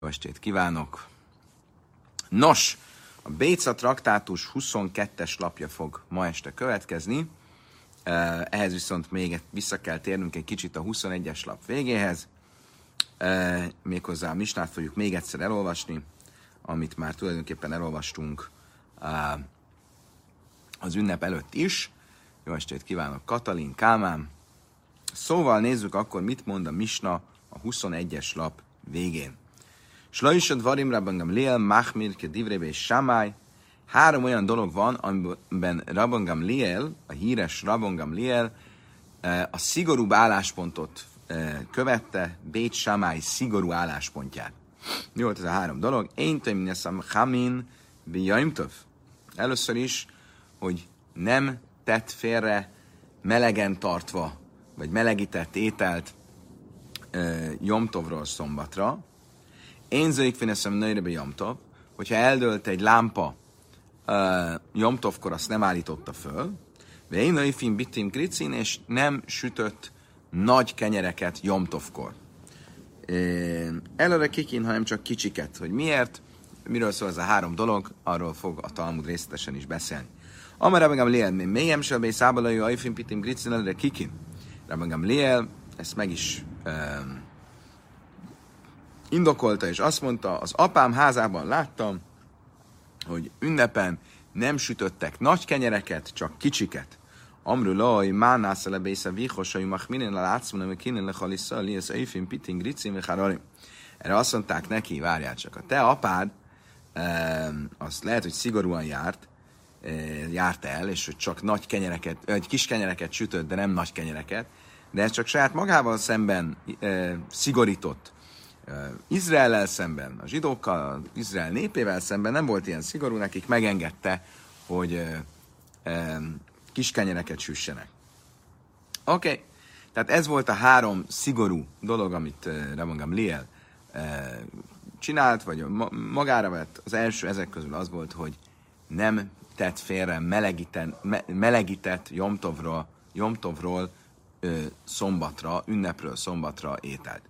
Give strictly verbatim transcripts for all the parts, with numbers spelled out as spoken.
Jó estét kívánok! Nos, a Béca traktátus huszonkettes lapja fog ma este következni. Ehhez viszont még vissza kell térnünk egy kicsit a huszonegyes lap végéhez. Méghozzá a misnát fogjuk még egyszer elolvasni, amit már tulajdonképpen elolvastunk az ünnep előtt is. Jó estét kívánok, Katalin, Kálmán! Szóval nézzük akkor, mit mond a misna a huszonegyes lap végén. Slajsad varim Rabban Gamliel, Machmir, Kedivrebe és Shammai. Három olyan dolog van, amiben Rabban Gamliel, a híres Rabban Gamliel a szigorúbb álláspontot követte, Bét Shammai szigorú álláspontját. Mi volt ez a három dolog? Én töményeszem Chamin Bijaimtov. Először is, hogy nem tett félre melegen tartva, vagy melegített ételt Jomtovról szombatra. Én zöjjük fineszem nőjre be Jomtov, hogyha eldőlt egy lámpa uh, Jomtovkor, azt nem állította föl, de én nőjfin bitim kricin, és nem sütött nagy kenyereket Jomtovkor. Előre kikin, hanem csak kicsiket. Hogy miért? Miről szól ez a három dolog? Arról fog a Talmud részletesen is beszélni. Amar Rabban Gamliel, mélyem sebé szábalai ajfin bitim kricin, előre kikin. Rabban Gamliel ezt meg is um, indokolta, és azt mondta, az apám házában láttam, hogy ünnepen nem sütöttek nagy kenyereket, csak kicsiket. Amru loj, mánász lebésze vihosai machminen látszmon, ami kinen lechalissza, liesz eifin, piting, ricin, vechararim. Erre azt mondták neki, várjál csak, a te apád, e, azt lehet, hogy szigorúan járt, e, járt el, és hogy csak nagy kenyereket, egy kis kenyereket sütött, de nem nagy kenyereket, de ez csak saját magával szemben e, szigorított. Izraellel szemben, a zsidókkal, Izrael népével szemben nem volt ilyen szigorú, nekik megengedte, hogy e, e, kis kenyereket süssenek. Oké, okay. Tehát ez volt a három szigorú dolog, amit e, Rabban Gamliel e, csinált, vagy magára vett. Az első ezek közül az volt, hogy nem tett félre melegíten, me, melegített Jomtovról, Jomtovról e, szombatra, ünnepről szombatra ételt.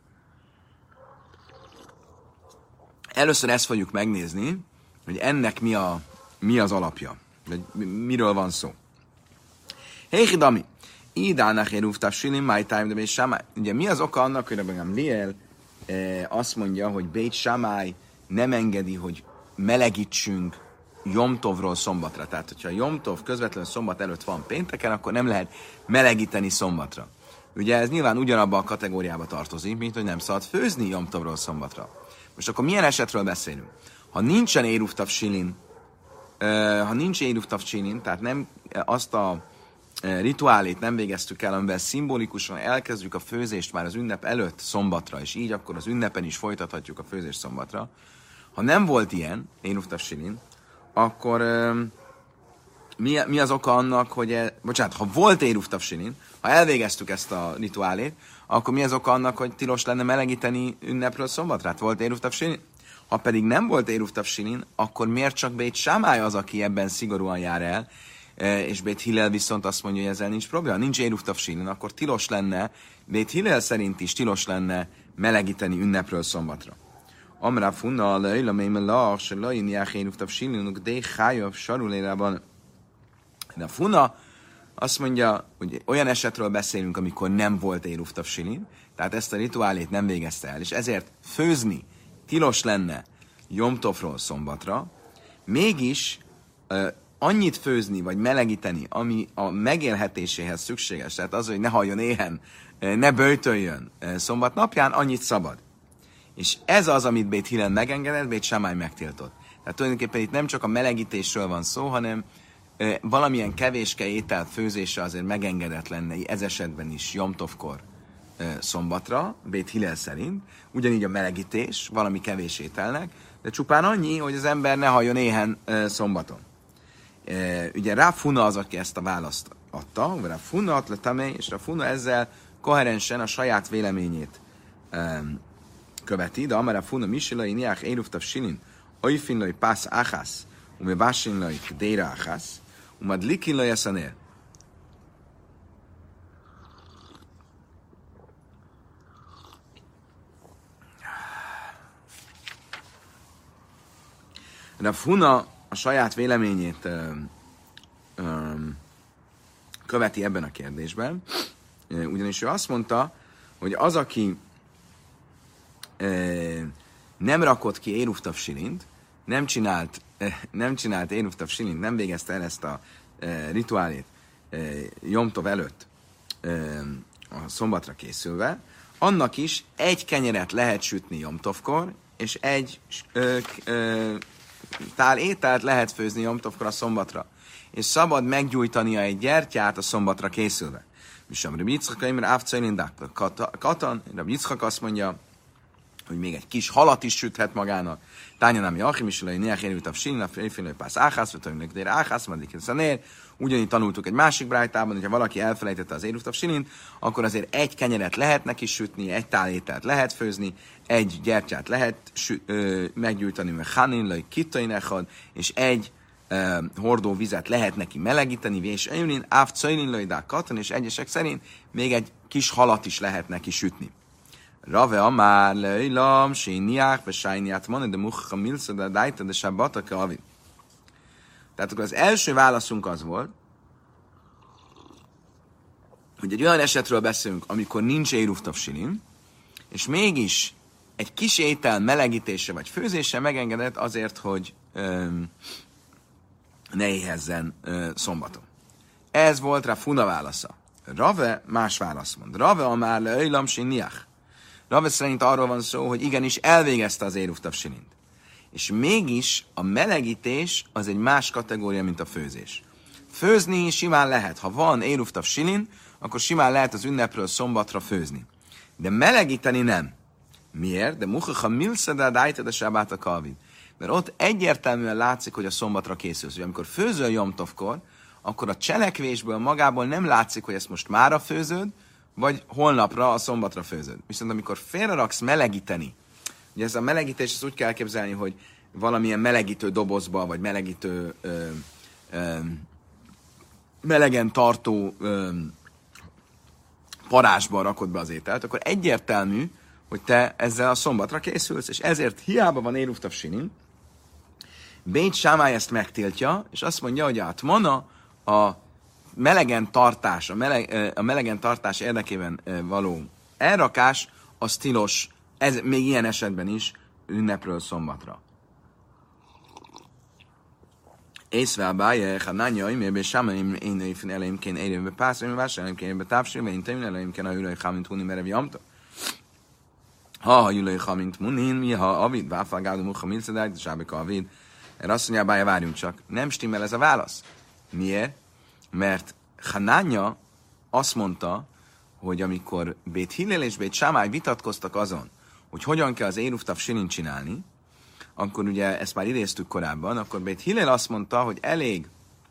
Először ezt fogjuk megnézni, hogy ennek mi, a, mi az alapja, vagy miről van szó. Héhidami, idának érúvtav silim, my time, de Bét Shammai. Ugye mi az oka annak, hogy Rabban Gamliel e, azt mondja, hogy Bét Shammai nem engedi, hogy melegítsünk Jomtovról szombatra. Tehát, hogyha Jomtov közvetlenül szombat előtt van pénteken, akkor nem lehet melegíteni szombatra. Ugye ez nyilván ugyanabban a kategóriába tartozik, mint hogy nem szabad főzni Jomtovról szombatra. Most akkor milyen esetről beszélünk? Ha nincsen Éruv Tavsilin, ha nincs Éruv Tavsilin, tehát nem azt a rituálét nem végeztük el, amivel szimbolikusan elkezdjük a főzést már az ünnep előtt szombatra, és így akkor az ünnepen is folytathatjuk a főzést szombatra. Ha nem volt ilyen, Éruv Tavsilin, akkor mi, mi az oka annak, hogy, e, bocsánat, ha volt Éruv Tavsilin, ha elvégeztük ezt a rituálét, akkor mi az oka annak, hogy tilos lenne melegíteni ünnepről szombatra? Hát volt Éruv Tavsilin? Ha pedig nem volt Éruv Tavsilin, akkor miért csak Bét Shammai az, aki ebben szigorúan jár el, és Bét Hillel viszont azt mondja, hogy ezzel nincs probléma. Nincs Éruv Tavsilin, akkor tilos lenne, Bét Hillel szerint is tilos lenne melegíteni ünnepről szombatra. Amra funna leila mémelach, se lain jách Éruv Tavsilin, de chájav sarulérában. De Funa azt mondja, hogy olyan esetről beszélünk, amikor nem volt Éruv Tavsilin, tehát ezt a rituálét nem végezte el, és ezért főzni tilos lenne Jomtovról szombatra, mégis uh, annyit főzni, vagy melegíteni, ami a megélhetéséhez szükséges, tehát az, hogy ne halljon éhen, uh, ne böjtöljön uh, szombat napján, annyit szabad. És ez az, amit Bét Hillel megengedett, Bét Shammai megtiltott. Tehát tulajdonképpen itt nem csak a melegítésről van szó, hanem valamilyen kevéske étel főzése azért megengedett lenne ez esetben is Jomtovkor szombatra, Bét Hillel szerint, ugyanígy a melegítés valami kevés ételnek, de csupán annyi, hogy az ember ne halljon éhen szombaton. Ugye Rav Huna az, aki ezt a választ adta, Rav Huna atletamé, és Rav Huna ezzel koherensen a saját véleményét követi, de amara Rav Huna misilai niach Éruv Tavsilin, oifinlai pász áhász, umevásinlai kdéra áhász, umadlikin laj eszanér. Rav Huna a saját véleményét ö, ö, követi ebben a kérdésben, ugyanis ő azt mondta, hogy az, aki ö, nem rakott ki Eruv Tavsilint, nem csinált, ö, nem csinált Eruv Tavsilint, nem végezte el ezt a ö, rituálét ö, Jom Tov előtt ö, a szombatra készülve, annak is egy kenyeret lehet sütni Jom Tovkor, és egy ö, ö, tál ételt lehet főzni Jom Tovkor a szombatra. És szabad meggyújtania egy gyertyát a szombatra készülve. Misam Rabbi Yitzchak Aimer Ávcailin Katan, Rabbi Yitzchak azt mondja, hogy még egy kis halat is süthet magának. Tánya nem Jachim is, hogy néha érült a Silna, félfélő pász áhász, vagy hogy nekdér áhász, madik szanér. Ugyanígy tanultuk egy másik brájtában, hogyha valaki elfelejtette az érült a Silint, akkor azért egy kenyeret lehet neki sütni, egy tál ételt lehet főzni, egy gyertyát lehet sü- ö, meggyújtani, mert Hanin, laj kittain echad, és egy ö, hordó vizet lehet neki melegíteni, és Eulin, áv cailin laj katan, és egyesek szerint még egy kis halat is lehet neki sütni. Rave amár leilom, séniák, vagy sájniát van, de mucha milsza, de dájta, de sábata kavi. Tehát akkor az első válaszunk az volt, hogy egy olyan esetről beszélünk, amikor nincs Eruv Tavsilin, és mégis egy kis étel melegítése vagy főzése megengedett azért, hogy öm, ne éhezzen ö, szombaton. Ez volt rá Funa válasza. Rave más válasz mond. Rave amár leilom, séniák. Rave szerint arról van szó, hogy igenis elvégezte az Eruv Tavsilint. És mégis a melegítés az egy más kategória, mint a főzés. Főzni simán lehet. Ha van Eruv Tavsilin, akkor simán lehet az ünnepről szombatra főzni. De melegíteni nem. Miért? De muchacha milszada dájta de sábáta kalvid. Mert ott egyértelműen látszik, hogy a szombatra készülsz. Hogy amikor főzöl Jom Tovkor, akkor a cselekvésből magából nem látszik, hogy ezt most mára főzöd, vagy holnapra a szombatra főzöd. Viszont amikor félreraksz melegíteni, ugye ez a melegítés, ezt úgy kell elképzelni, hogy valamilyen melegítő dobozba, vagy melegítő ö, ö, melegen tartó ö, parázsba rakod be az ételt, akkor egyértelmű, hogy te ezzel a szombatra készülsz, és ezért hiába van Eruv Tavsilin, Bét Sámály ezt megtiltja, és azt mondja, hogy át Mona a melegen tartás, a, meleg, a melegen tartás érdekében való elrakás, az tilos, ez még ilyen esetben is ünnepről szombatra. Észve a báje, ha nánya, imé, bé sámaim, én nőfén elejémként érjébe pászra, én vásárolom én be tápsérve, én tevén elejémként a jülői hamint munin, merev jamta. Ha a jülői hamint munin, mi ha avid, váfágádó muha milcedágy, de sábeka avid. Erre azt mondja, báje, várjunk csak. Nem stimmel ez a válasz. Miért? Mert Hanánya azt mondta, hogy amikor Bét Hillel és Bét Sámály vitatkoztak azon, hogy hogyan kell az Eruv Tavsilin csinálni, akkor ugye ezt már idéztük korábban, akkor Bét Hillel azt mondta, hogy elég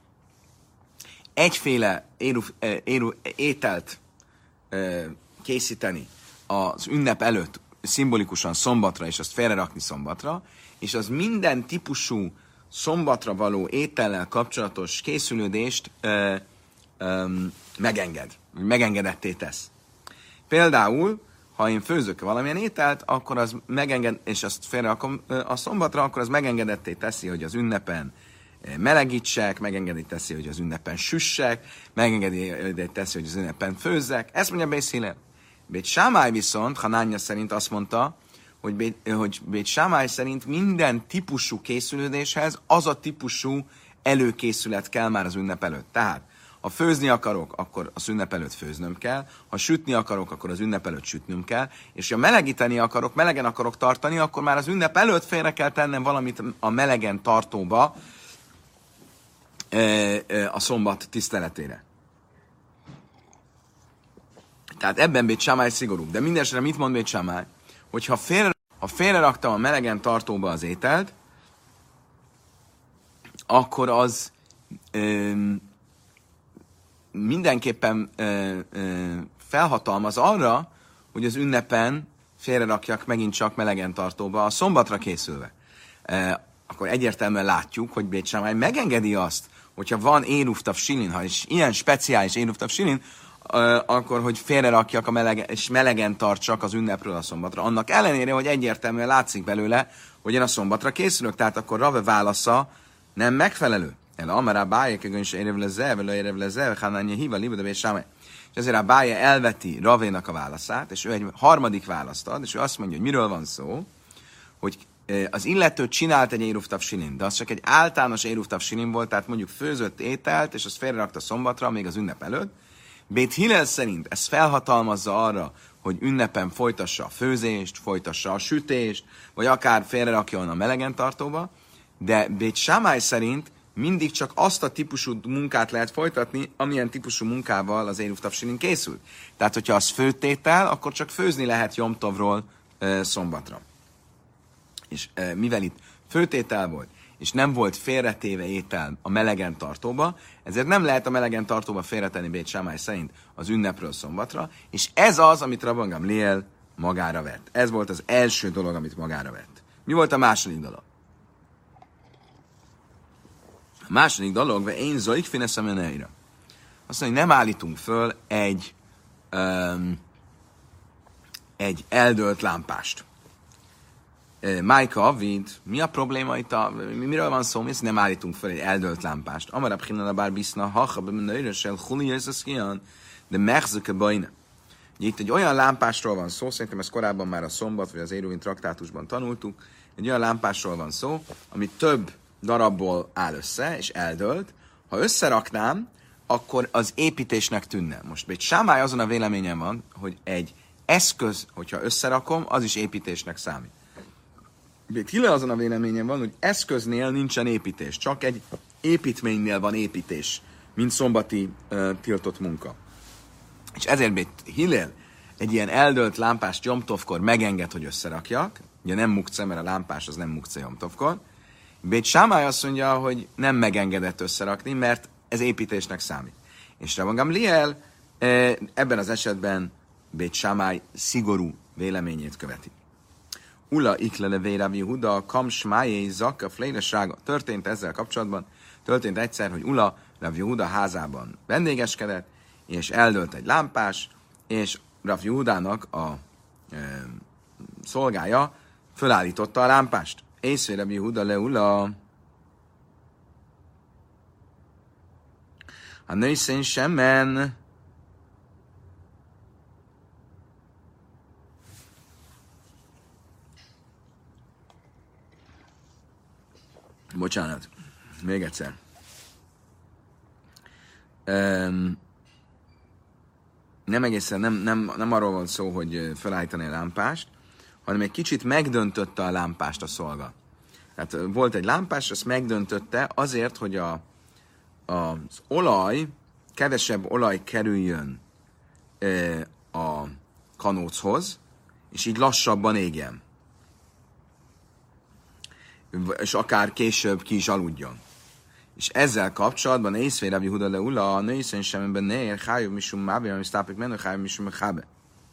egyféle éruv, éruv, ételt készíteni az ünnep előtt, szimbolikusan szombatra, és azt félrerakni szombatra, és az minden típusú szombatra való étellel kapcsolatos készülődést ö, ö, megenged, megengedetté tesz. Például, ha én főzök valamilyen ételt, akkor az megenged, és azt félrerakom a szombatra, akkor az megengedetté teszi, hogy az ünnepen melegítsek, megengedi teszi, hogy az ünnepen süssek, megengedi teszi, hogy az ünnepen főzzek. Ezt mondja Bét Hillel. Bét Sámály viszont, Hanánya szerint azt mondta, hogy Bét, hogy Bét Sámály szerint minden típusú készülődéshez az a típusú előkészület kell már az ünnep előtt. Tehát, ha főzni akarok, akkor az ünnep előtt főznöm kell, ha sütni akarok, akkor az ünnep előtt sütnöm kell, és ha melegíteni akarok, melegen akarok tartani, akkor már az ünnep előtt félre kell tennem valamit a melegen tartóba a szombat tiszteletére. Tehát ebben Bét Sámály szigorú. De mindenesetre mit mond Bét Sámály? Hogyha félre, ha félreraktam a melegen tartóba az ételt, akkor az ö, mindenképpen ö, ö, felhatalmaz arra, hogy az ünnepen félrerakjak megint csak melegen tartóba a szombatra készülve. E, akkor egyértelműen látjuk, hogy Bét Sámály megengedi azt, hogyha van Eruv Tavsilin, ha is ilyen speciális Eruv Tavsilin, akkor, hogy félrerakjak a melegen, és melegen tartsak az ünnepről a szombatra. Annak ellenére, hogy egyértelműen látszik belőle, hogy én a szombatra készülök, tehát akkor Rave válasza nem megfelelő. El amará báje, kegőn se érevle ze, vele érevle ze, hánányi híva, libedebe és sámely. És ezért a báje elveti Ravénak a válaszát, és ő egy harmadik választ ad, és ő azt mondja, hogy miről van szó, hogy az illető csinált egy Eruv Tavsilin, de az csak egy általános Eruv Tavsilin volt, tehát mondjuk főzött ételt, és azt félrerakta szombatra, még az ünnep előtt. Bét Hillel szerint ez felhatalmazza arra, hogy ünnepen folytassa a főzést, folytassa a sütést, vagy akár félrerakjon a melegen tartóba, de Bét Sámály szerint mindig csak azt a típusú munkát lehet folytatni, amilyen típusú munkával az Eruv Tavsilin készült. Tehát, hogyha az főtétel, akkor csak főzni lehet Jom Tovról e, szombatra. És e, mivel itt főtétel volt, és nem volt félretéve étel a melegen tartóba, ezért nem lehet a melegen tartóba félretenni Bét Sámály szerint az ünnepről szombatra, és ez az, amit Rabban Gamliel magára vett. Ez volt az első dolog, amit magára vett. Mi volt a második dolog? A második dolog, ve én zoik fineszem öneire. Azt mondja, hogy nem állítunk föl egy, um, egy eldölt lámpást. Májka Avid, mi a probléma itt? A, miről van szó? Mi nem állítunk föl egy eldölt lámpást? Amarab hinna bár biszna, hacha bemennőrösel, huli jöjjön, de megzöke bajna. Itt egy olyan lámpásról van szó, szerintem ezt korábban már a Szombat vagy az Éruvin traktátusban tanultuk, egy olyan lámpásról van szó, ami több darabból áll össze, és eldölt. Ha összeraknám, akkor az építésnek tűnne. Most Bét Sámály azon a véleményen van, hogy egy eszköz, hogyha összerakom, az is építésnek számít. Bét Hillel azon a véleményen van, hogy eszköznél nincsen építés, csak egy építménynél van építés, mint szombati uh, tiltott munka. És ezért Bét Hillel egy ilyen eldölt lámpást Jom Tovkor megenged, hogy összerakjak, ugye nem mukce, mert a lámpás az nem mukce Jom Tovkor. Bét Sámály azt mondja, hogy nem megengedett összerakni, mert ez építésnek számít. És Rabban Gamliel ebben az esetben Bét Sámály szigorú véleményét követi. Ula iklele vérav Yehuda, kam smájé zaka fléressága. Történt ezzel kapcsolatban, történt egyszer, hogy Ula Rav Yehuda házában vendégeskedett, és eldőlt egy lámpás, és Rav Yehudának a e, szolgája fölállította a lámpást. Észre Rav Yehuda le Ula. A nőszén semmen. Bocsánat, még egyszer. Um, nem egészen, nem, nem, nem arról van szó, hogy felállítani a lámpást, hanem egy kicsit megdöntötte a lámpást a szolga. Tehát volt egy lámpás, azt megdöntötte azért, hogy a, az olaj, kevesebb olaj kerüljön e, a kanóchoz, és így lassabban égjen. És akár később ki is aludjon. És ezzel kapcsolatban észvé Rav Yehuda le Ula, a nőszön semben nér, hájov misum mábe, ami sztápik menő, hájov misum chábe.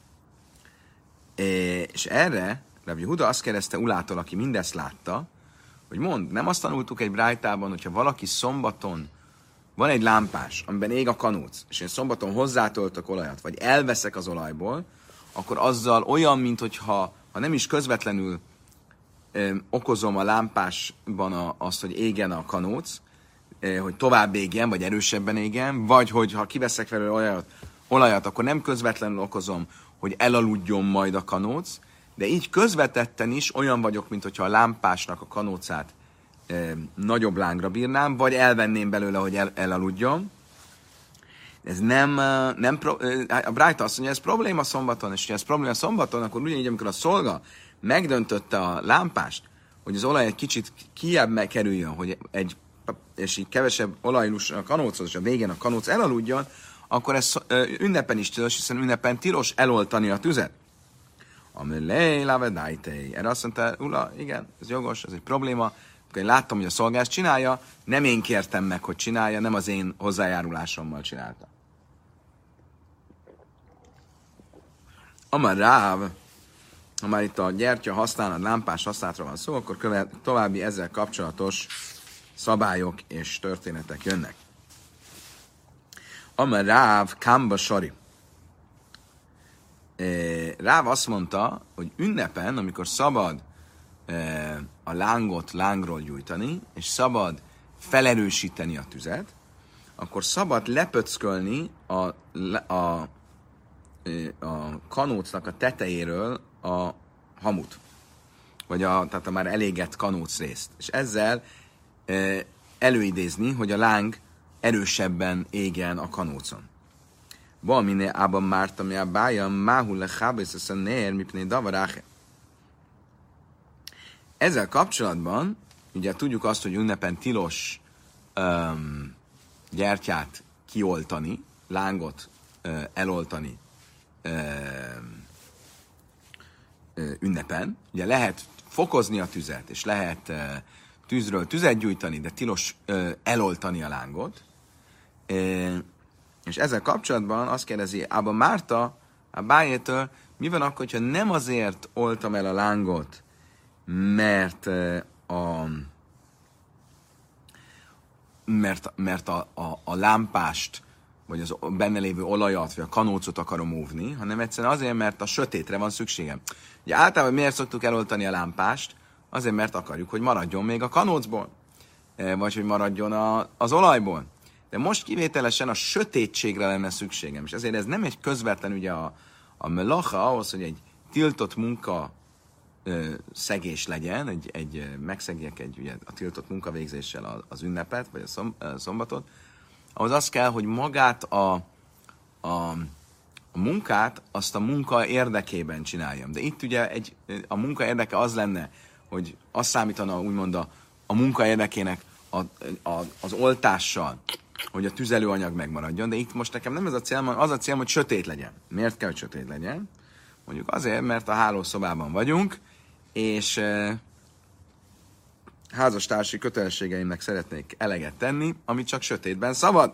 És erre Rav Yehuda azt kérdezte Ulától, aki mindezt látta, hogy mond, nem azt tanultuk egy brájtában, hogyha valaki szombaton van egy lámpás, amiben ég a kanóc, és én szombaton hozzátöltök olajat, vagy elveszek az olajból, akkor azzal olyan, mintha ha nem is közvetlenül ö, okozom a lámpásban a, azt, hogy égjen a kanóc, ö, hogy tovább égjen, vagy erősebben égjen, vagy hogy ha kiveszek felőle olajat, olajat, akkor nem közvetlenül okozom, hogy elaludjon majd a kanóc, de így közvetetten is olyan vagyok, mint hogyha a lámpásnak a kanócát e, nagyobb lángra bírnám, vagy elvenném belőle, hogy el, elaludjon. Ez nem, nem a Brájta azt mondja, ez probléma szombaton, és ha ez probléma szombaton, akkor ugyanígy, amikor a szolga megdöntötte a lámpást, hogy az olaj egy kicsit kijebb kerüljön, hogy egy, és így kevesebb olajlus a kanóchoz, és a végén a kanóc elaludjon, akkor ez ünnepen is tilos, hiszen ünnepen tilos eloltani a tüzet. Amelé, lavedájtei. Erre azt mondta, Ula, igen, ez jogos, ez egy probléma. Akkor én láttam, hogy a szolgás csinálja, nem én kértem meg, hogy csinálja, nem az én hozzájárulásommal csinálta. Amar Ráv, ha már itt a gyertya használat, lámpás használatra van szó, akkor követ, további ezzel kapcsolatos szabályok és történetek jönnek. Amar Ráv, Kamba Sari. Ráv azt mondta, hogy ünnepen, amikor szabad a lángot lángról gyújtani, és szabad felerősíteni a tüzet, akkor szabad lepöckölni a, a, a kanócnak a tetejéről a hamut, vagy a, tehát a már elégett kanóc részt. És ezzel e, előidézni, hogy a láng erősebben égjen a kanócon. Valamine ában mártam, ami a bájam, máhul le hábész a nér, mipné davaráhe. Ezzel kapcsolatban, ugye tudjuk azt, hogy ünnepen tilos um, gyertyát kioltani, lángot uh, eloltani uh, uh, ünnepen. Ugye lehet fokozni a tüzet, és lehet uh, tűzről tüzet gyújtani, de tilos uh, eloltani a lángot. Uh, és ezzel kapcsolatban azt kérdezi Abba Márta, a bájétől, mi van akkor, hogyha nem azért oltam el a lángot, mert uh, a mert, mert a, a, a lámpást, vagy az benne lévő olajat, vagy a kanócot akarom óvni, hanem egyszerűen azért, mert a sötétre van szükségem. Ugye általában miért szoktuk eloltani a lámpást? Azért, mert akarjuk, hogy maradjon még a kanócból, vagy hogy maradjon a, az olajból. De most kivételesen a sötétségre lenne szükségem, és ezért ez nem egy közvetlen ugye a, a melacha ahhoz, hogy egy tiltott munka ö, szegés legyen, egy, egy megszegjek egy ugye, a tiltott munkavégzéssel az ünnepet, vagy a, szom, a szombatot, ahhoz az kell, hogy magát a, a, a munkát, azt a munka érdekében csináljam. De itt ugye egy, a munka érdeke az lenne, hogy azt számítana úgymond a, a munka érdekének a, a, az oltással, hogy a tüzelőanyag megmaradjon, de itt most nekem nem ez a célom, az a célom, hogy sötét legyen. Miért kell, hogy sötét legyen? Mondjuk azért, mert a hálószobában vagyunk, és e, házastársi kötelességeimnek szeretnék eleget tenni, amit csak sötétben szabad.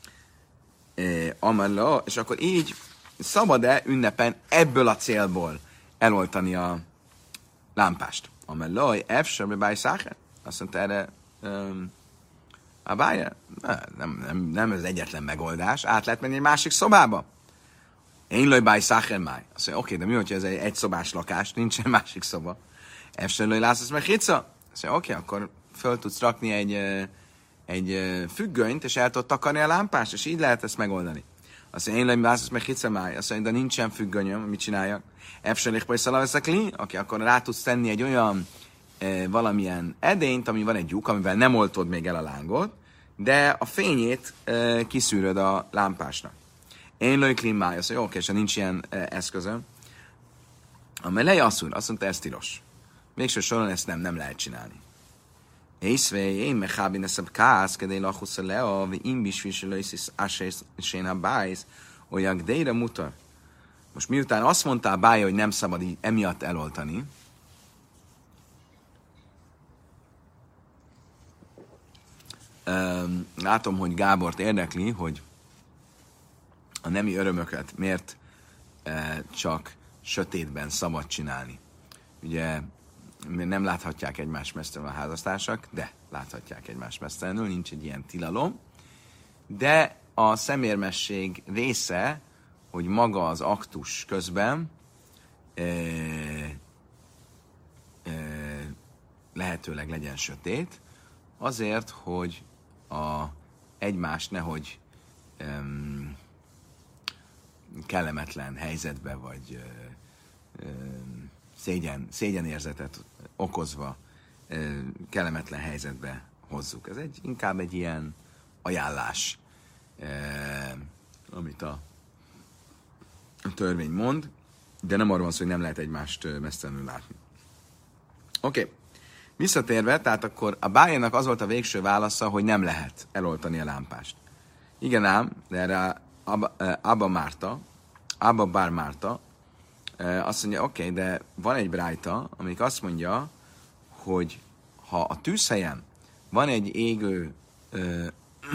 E, Amella, és akkor így szabad-e ünnepen ebből a célból eloltani a lámpást? Amella, efsebe báj száher? Azt mondta erre, um, a bája? Nem, nem, nem ez egyetlen megoldás. Át lehet menni egy másik szobába. Én lőj báj száher máj. Azt mondja, oké, de mi, hogyha ez egy egyszobás lakás, nincsen másik szoba? Efsebe lőj lász, ez meg hica? Azt mondja, oké, akkor föl tudsz rakni egy, egy függönyt, és el tudod takarni a lámpást, és így lehet ezt megoldani. Azt mondja, én lőj lász, ez meg hica máj. Azt mondja, de nincsen függönyöm, mit csináljak? Efsebe lőj szalaveszekli, oké, akkor rá tudsz tenni egy olyan valamilyen edényt, ami van egy lyuk, amivel nem oltod még el a lángot, de a fényét e, kiszűröd a lámpásnak. Én lőj klímája, azt mondja, oké, és nincs ilyen e, eszközöm. Amely asszúr, azt mondta, ez tilos. Végső soron ezt nem, nem lehet csinálni. Észvej, én mechábi neszebb kász, kedély lachusz a lea, vi imbis viselőisz asén a bájsz, olyan gdéjre mutar. Most miután azt mondta a bája, hogy nem szabad így emiatt eloltani, Um, látom, hogy Gábort érdekli, hogy a nemi örömöket miért uh, csak sötétben szabad csinálni. Ugye nem láthatják egymás mesztelenül a házastársak, de láthatják egymás mesztelenül, nincs egy ilyen tilalom. De a szemérmesség része, hogy maga az aktus közben uh, uh, lehetőleg legyen sötét, azért, hogy a egymást nehogy um, kellemetlen helyzetbe, vagy um, szégyen, szégyenérzetet okozva um, kellemetlen helyzetbe hozzuk. Ez egy, inkább egy ilyen ajánlás, um, amit a, a törvény mond, de nem arról van szó, hogy nem lehet egymást mesztelenül látni. Oké. Okay. Visszatérve, tehát akkor a bájának az volt a végső válasza, hogy nem lehet eloltani a lámpást. Igen ám, de erre Abba, Abba Márta, Abba Bár Márta azt mondja, oké, okay, de van egy brájta, amik azt mondja, hogy ha a tűzhelyen van egy égő ö,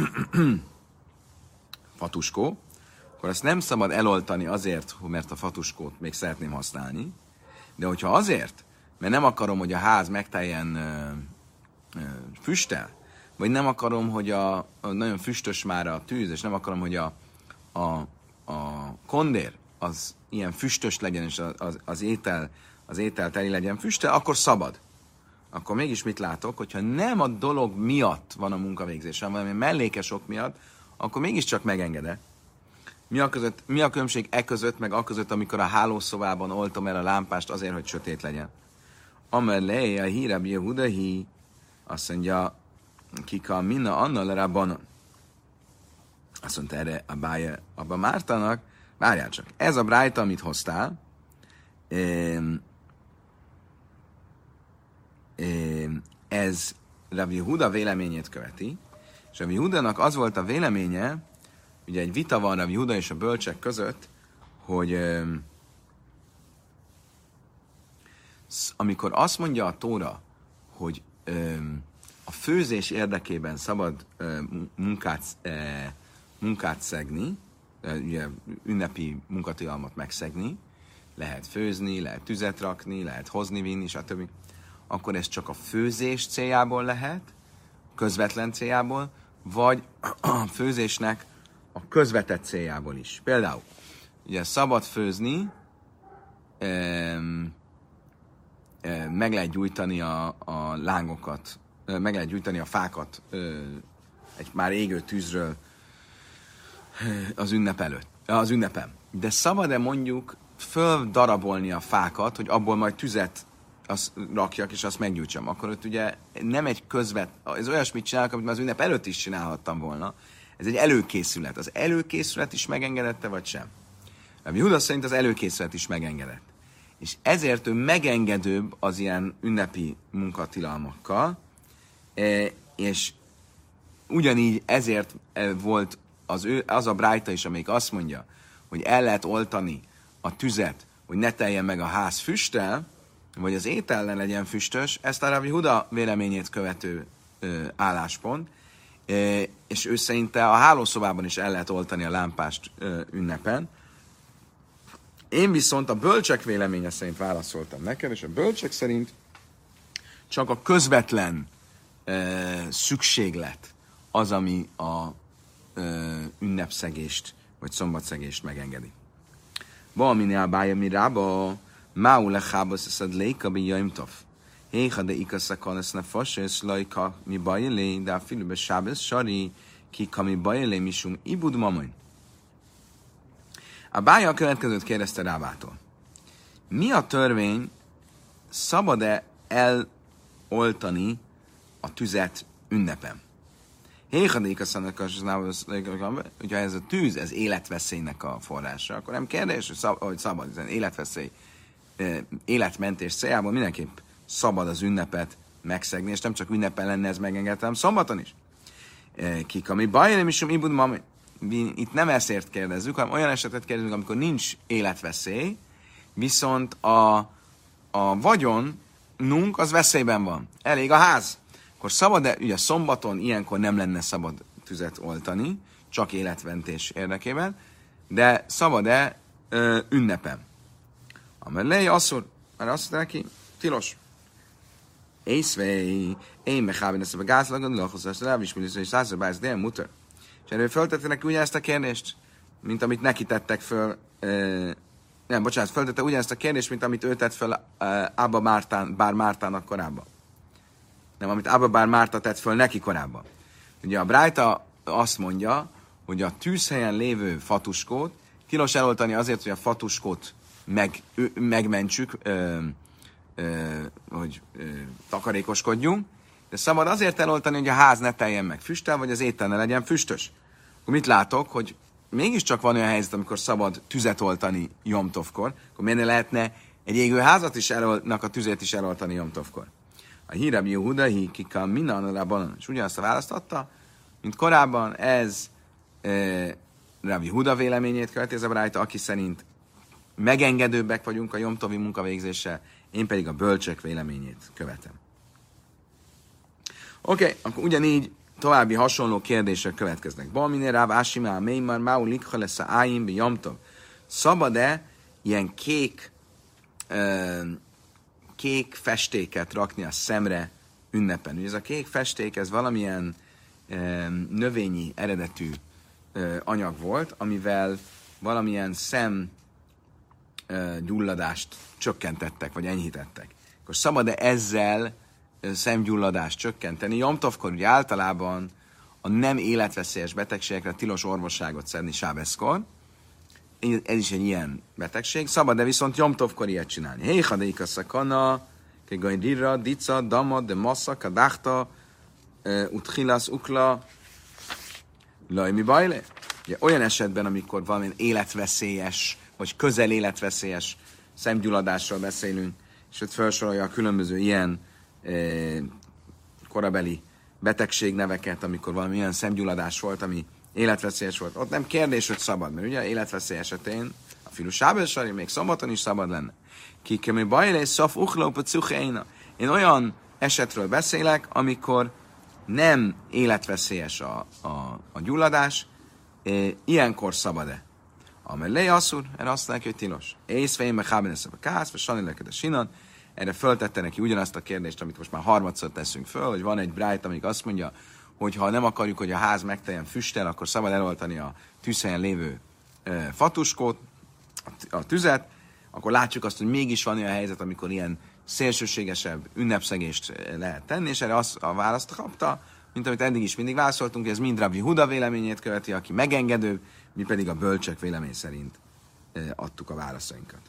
fatuskó, akkor azt nem szabad eloltani azért, mert a fatuskót még szeretném használni, de hogyha azért, mert nem akarom, hogy a ház megteljen ö, ö, füsttel, vagy nem akarom, hogy a, a nagyon füstös már a tűz, és nem akarom, hogy a, a, a kondér az ilyen füstös legyen, és az, az, az étel, az étel teli legyen füstel, akkor szabad. Akkor mégis mit látok, hogyha nem a dolog miatt van a munkavégzés, hanem valami mellékes ok miatt, akkor mégiscsak megengedek. Mi a, között, mi a különbség e között, meg a között, amikor a hálószobában oltom el a lámpást azért, hogy sötét legyen? Amelé a hírebb Jehudahi, azt mondja, kika minna anna le rabbanon. Azt mondta erre a bája abba Mártának, várjál csak, ez a brájta, amit hoztál, ez Rav Yehuda véleményét követi, és Rav Yehudának az volt a véleménye, ugye egy vita van Rav Yehuda és a bölcsek között, hogy amikor azt mondja a Tóra, hogy a főzés érdekében szabad munkát, munkát szegni, ugye ünnepi munkatilalmat megszegni, lehet főzni, lehet tüzet rakni, lehet hozni, vinni, stb. Akkor ez csak a főzés céljából lehet, közvetlen céljából, vagy a főzésnek a közvetett céljából is. Például, ugye szabad főzni, meg lehet gyújtani a, a lángokat, meg lehet gyújtani a fákat egy már égő tűzről az ünnep előtt, az ünnepen. De szabad-e mondjuk földarabolni a fákat, hogy abból majd tüzet azt rakjak, és azt meggyújtsam. Akkor ott ugye nem egy közvet, ez olyasmit csinálok, amit már az ünnep előtt is csinálhattam volna. Ez egy előkészület. Az előkészület is megengedette, vagy sem? Rabbi Yehuda szerint az előkészület is megengedett. És ezért ő megengedőbb az ilyen ünnepi munkatilalmakkal, és ugyanígy ezért volt az, ő, az a brájta is, amelyik azt mondja, hogy el lehet oltani a tüzet, hogy ne teljen meg a ház füsttel, vagy az étel ne legyen füstös, ezt a Rabbi Yehuda véleményét követő ö, álláspont, ö, és ő szerinte a hálószobában is el lehet oltani a lámpást ö, ünnepen. Én viszont a bölcsek véleménye szerint válaszoltam neked, és a bölcsek szerint csak a közvetlen ö, szükséglet az, ami a ö, ünnepszegést, vagy szombatszegést megengedi. Valaminél bája mi rába, Mául lechábasz eszed léka bi jaimtov. Héha de ikaszakon ezt ne fasesz lajka mi bajlé, de a filube sábesz sari, kika mi bajlé misum ibud mamon. A bája a következőt kérdezte Rábától. Mi a törvény, szabad-e eloltani a tüzet ünnepen? Héha de ikaszakon ezt ne fasesz lajka, hogyha ez a tűz, ez életveszélynek a forrása, akkor nem kérdés, hogy szabad, hogy szabad ez életveszély. Életmentés céljából mindenképp szabad az ünnepet megszegni, és nem csak ünnepen lenne ez megengedett, hanem szombaton is. Kik, ami baj, nem is ibud mami. Itt nem ezért kérdezzük, hanem olyan esetet kérdezzük, amikor nincs életveszély, viszont a, a vagyonunk az veszélyben van. Elég a ház. Akkor szabad-e, ugye szombaton ilyenkor nem lenne szabad tüzet oltani, csak életmentés érdekében, de szabad-e ö, ünnepen? Amelé, asszor, mert azt mondta neki, tilos. Észvei, én meghában ezt a gázlagon, lakhozás, rávismilős, és százszor de muter. És erről föltette neki ugyanezt a kérdést, mint amit neki tettek föl, euh, nem, bocsánat, föltette ugyanezt a kérdést, mint amit ő tett föl uh, Abba Mártán, Bár Mártának korábban. Nem, amit Abba Bár Márta tett föl neki korábban. Ugye a Brájta azt mondja, hogy a tűzhelyen lévő fatuskót tilos eloltani azért, hogy a fatuskót meg, ő, megmentsük, ö, ö, hogy ö, takarékoskodjunk, de szabad azért eloltani, hogy a ház ne teljen meg füsttel, vagy az étel ne legyen füstös. Akkor mit látok, hogy mégiscsak van olyan helyzet, amikor szabad tüzet oltani Jomtovkor, akkor miért ne lehetne egy égő házat is eloltnak a tüzét is eloltani Jomtovkor? A hírab Yehuda hikika minan, és ugyanazt a választ adta, mint korábban, ez e, Rabbi Yehuda véleményét követi, ez a brájta, aki szerint megengedőbbek vagyunk a jomtovi munkavégzéssel, én pedig a bölcsek véleményét követem. Oké, okay, akkor ugyanígy további hasonló kérdések következnek. Balminé ráv ásimá, mémar, máu likha lesz a ájim, bi jomtov. Szabad-e ilyen kék, uh, kék festéket rakni a szemre ünnepen? Ugye ez a kék festék, ez valamilyen uh, növényi eredetű uh, anyag volt, amivel valamilyen szem szemgyulladást csökkentettek, vagy enyhítettek. Akkor szabad-e ezzel szemgyulladást csökkenteni? Jom Tovkor ugye általában a nem életveszélyes betegségekre tilos orvosságot szedni sábeszkor. Ez is egy ilyen betegség. Szabad-e viszont Jom Tovkor ilyet csinálni? Héha de ikaszakana, kegajrira, dica, dama, de massa, kadachta, utchilas, ukla, lajmi bajle. Ugye olyan esetben, amikor valamilyen életveszélyes, vagy közel életveszélyes szemgyulladásról beszélünk, és ott felsorolja a különböző ilyen eh, korabeli betegségneveket, amikor valami olyan szemgyulladás volt, ami életveszélyes volt. Ott nem kérdés, hogy szabad, mert ugye életveszély esetén a filu sábelsari még szombaton is szabad lenne. Kikemi bajle, szaf uchlópa cuchéna. Én olyan esetről beszélek, amikor nem életveszélyes a, a, a gyulladás, e, ilyenkor szabad-e? Amellé asszur, erre azt mondják, hogy tilos. Észfején meg hábeneszebb a kász, vagy sani leked a sinan. Erre föltette neki ugyanazt a kérdést, amit most már harmadszor teszünk föl, hogy van egy brájt, amik azt mondja, hogy ha nem akarjuk, hogy a ház megteljen füsttel, akkor szabad eloltani a tűzhelyen lévő e, fatuskót, a, a tüzet, akkor látjuk azt, hogy mégis van olyan helyzet, amikor ilyen szélsőségesebb ünnepszegést lehet tenni, és erre azt a választ kapta, mint amit eddig is mindig válaszoltunk, hogy ez mind Rabbi Huda véleményét követi, aki megengedő, mi pedig a bölcsek vélemény szerint adtuk a válaszainkat.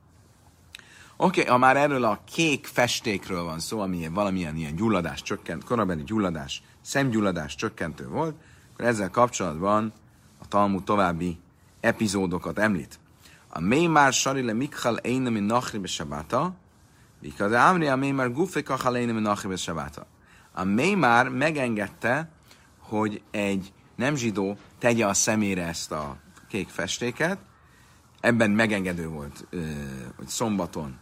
Oké, okay, ha már erről a kék festékről van szó, ami valamilyen ilyen gyulladás csökkent, korabeli gyulladás, szemgyulladás csökkentő volt, akkor ezzel kapcsolatban a Talmud további epizódokat említ. A Meimár Sarile Mikhal Einemi Nachribe Sabata, Mikaz Amri a Meimár Gufeka Haleinemi Nachribe Sabata. A Meimár megengedte, hogy egy nem zsidó tegye a szemére ezt a kék festéket. Ebben megengedő volt, hogy szombaton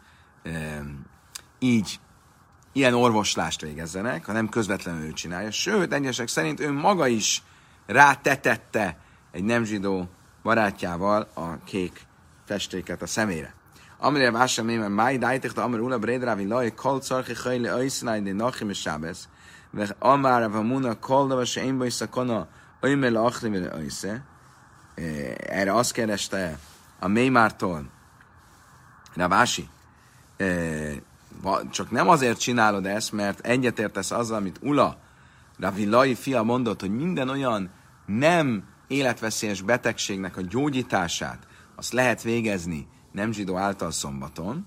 így ilyen orvoslást végezzenek, ha nem közvetlenül ő csinálja. Sőt, egyesek szerint ő maga is rátetette egy nem zsidó barátjával a kék festéket a szemére. Amire vásem én, mert máj dájtek, de amire ula brédrávi laj, kol czarchi hajli ajsznáj, de nachim és sábesz, ve amára vamuna kol dava se én bajsza kana, ajmele achli vele ajsze. Erre azt kérdezte a Meimártól, Ravási, csak nem azért csinálod ezt, mert egyetértesz azzal, amit Ula, Ravi Lai fia mondott, hogy minden olyan nem életveszélyes betegségnek a gyógyítását azt lehet végezni nem zsidó által szombaton.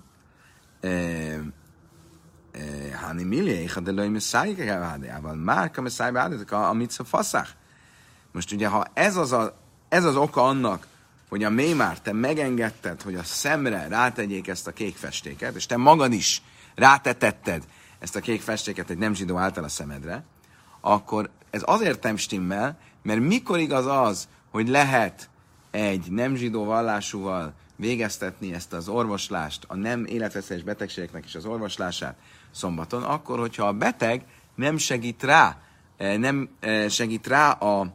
Háni millié, ha de lőj messzájik elvádjával, márka messzájba áldatok, amit szó faszák. Most ugye, ha ez az, a, ez az oka annak, hogy a Meimár, te megengedted, hogy a szemre rátegyék ezt a kék festéket, és te magad is rátetetted ezt a kék festéket egy nem zsidó által a szemedre, akkor ez azért nem stimmel, mert mikor igaz az, hogy lehet egy nem zsidó vallásúval végeztetni ezt az orvoslást, a nem életveszélyes betegségeknek is az orvoslását szombaton, akkor, hogyha a beteg nem segít rá, nem segít rá a,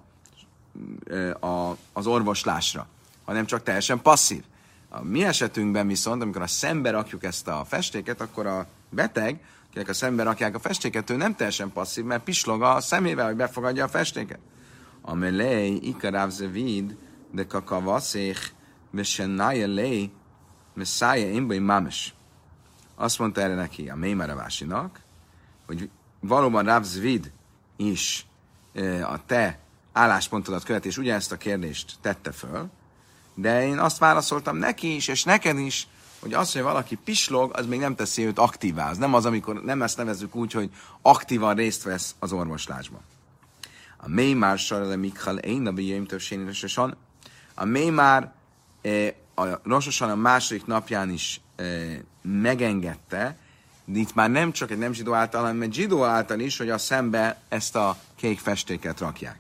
a, az orvoslásra, hanem csak teljesen passzív. A mi esetünkben viszont, amikor a szembe rakjuk ezt a festéket, akkor a beteg, akinek a szembe rakják a festéket, ő nem teljesen passzív, mert pislog a szemével, hogy befogadja a festéket. Amelé, ikaráv zevid, de kakavaszék, vesennája lé, messzája énből mámes. Azt mondta erre neki a Meimár Ravásinak, hogy valóban Rav Zvid is a te álláspontodat követi, és ugyanezt a kérdést tette föl, de én azt válaszoltam neki is, és neked is, hogy az, hogy valaki pislog, az még nem teszi őt aktívá. Az nem az, amikor nem ezt nevezzük úgy, hogy aktívan részt vesz az orvoslásban. A Meimár Sarele Mikhal Ein a Bijaim Többsénéresesan. A Meimár a Rosh Hashanah második napján is megengedte, de itt már nem csak egy nem zsidó által, hanem egy zsidó által is, hogy a szembe ezt a kék festéket rakják.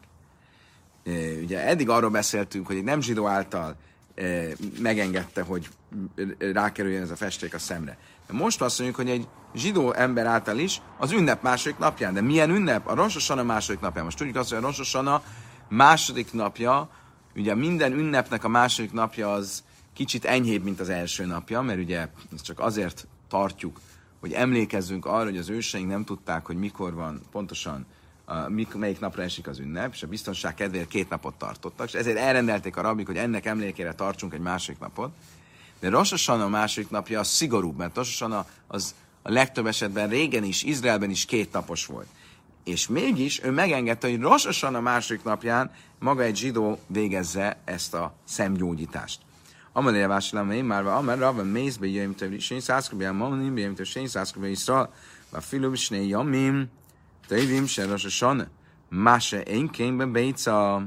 Ugye eddig arról beszéltünk, hogy egy nem zsidó által megengedte, hogy rákerüljön ez a festék a szemre. De most azt mondjuk, hogy egy zsidó ember által is az ünnep második napján. De milyen ünnep? A Rosh Hashanah második napján. Most tudjuk azt, hogy a Rosh Hashanah második napja, ugye minden ünnepnek a második napja az kicsit enyhébb, mint az első napja, mert ugye ezt csak azért tartjuk, hogy emlékezzünk arra, hogy az őseink nem tudták, hogy mikor van pontosan, uh, melyik napra esik az ünnep, és a biztonság kedvéért két napot tartottak, és ezért elrendelték a rabbik, hogy ennek emlékére tartsunk egy másik napot. De Rosh Hashanah a második napja az szigorúbb, mert Rosh Hashanah az a legtöbb esetben régen is, Izraelben is két napos volt. És mégis ő megengedte, hogy Rosh Hashanah a második napján maga egy zsidó végezze ezt a szemgyógyítást. Amadéja vásárlám, én már van, amerre avvan mészbe jöjjön, hogy sény szászkabján mamonim, jöjjön, hogy sény szászkabján Iszrael, vagy filum sné jamim, tejvim se Rosh Hashanah, máse én kémbe béca.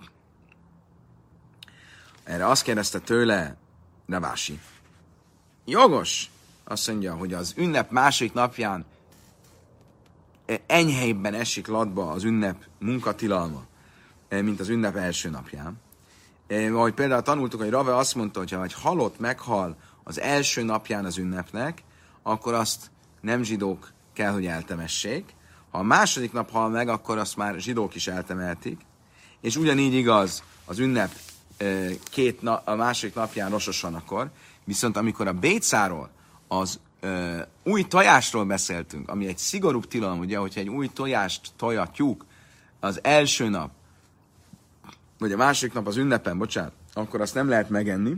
Erre azt kérdezte tőle Ravási. Jogos! Azt mondja, hogy az ünnep második napján enyhébben esik latba az ünnep munkatilalma, mint az ünnep első napján. Ahogy például tanultuk, hogy Rave azt mondta, hogy ha egy halott meghal az első napján az ünnepnek, akkor azt nem zsidók kell, hogy eltemessék. Ha a második nap hal meg, akkor azt már zsidók is eltemeltik. És ugyanígy igaz az ünnep két na- a második napján Rosh Hashanahkor, viszont amikor a bécáról, az ö, új tojásról beszéltünk, ami egy szigorúbb tilalom, ugye, hogyha egy új tojást tojatjuk az első nap, vagy a második nap az ünnepen, bocsánat, akkor azt nem lehet megenni.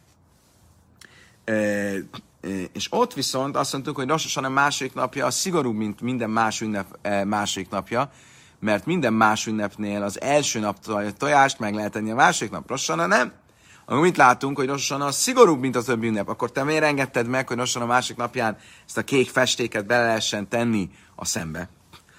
E, e, és ott viszont azt mondtuk, hogy Rosh Hashanah második napja az szigorúbb, mint minden más ünnep e, második napja, mert minden más ünnepnél az első nap tojást meg lehet enni, a második nap Rosh Hashanah nem. Akkor mit látunk, hogy Rosh Hashanah szigorúbb, mint a többi ünnep, akkor te miért engedted meg, hogy Rosh Hashanah második napján ezt a kék festéket bele lehessen tenni a szembe?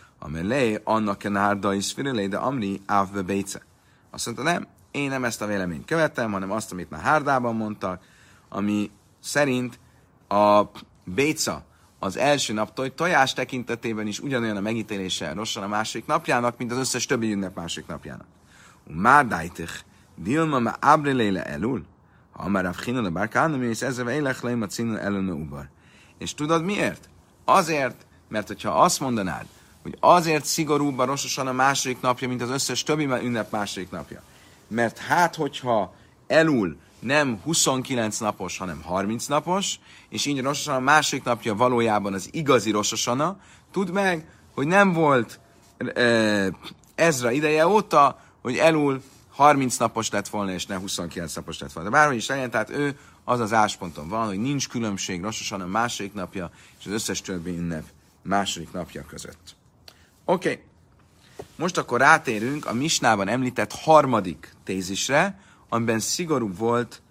Amelé, annak a nárda is firelé, de amri ávbe béce. Azt mondta, nem, én nem ezt a véleményt követem, hanem azt, amit már Hárdában mondtak, ami szerint a béca az első naptól tojás tekintetében is ugyanolyan a megítélése Rosh Hashanah második napjának, mint az összes többi ünnep második napjának. Már dájtich, dilma ma ábre léle elul, ha már a fchinele bárkánam, és ezzel élek leim a cínen elönne ubar. És tudod miért? Azért, mert hogyha azt mondanád, hogy azért szigorúbb a Rosh Hashanah második napja, mint az összes többi ünnep második napja. Mert hát, hogyha elul nem huszonkilenc napos, hanem harminc napos, és így a Rosh Hashanah második napja valójában az igazi Rosh Hashanah, tudd meg, hogy nem volt e, Ezra ideje óta, hogy elul harminc napos lett volna, és nem huszonkilenc napos lett volna. De bárhogy is legyen, tehát ő az az állásponton van, hogy nincs különbség Rosh Hashanah második napja és az összes többi ünnep második napja között. Oké, okay. Most akkor rátérünk a Misnában említett harmadik tézisre, amiben szigorúbb volt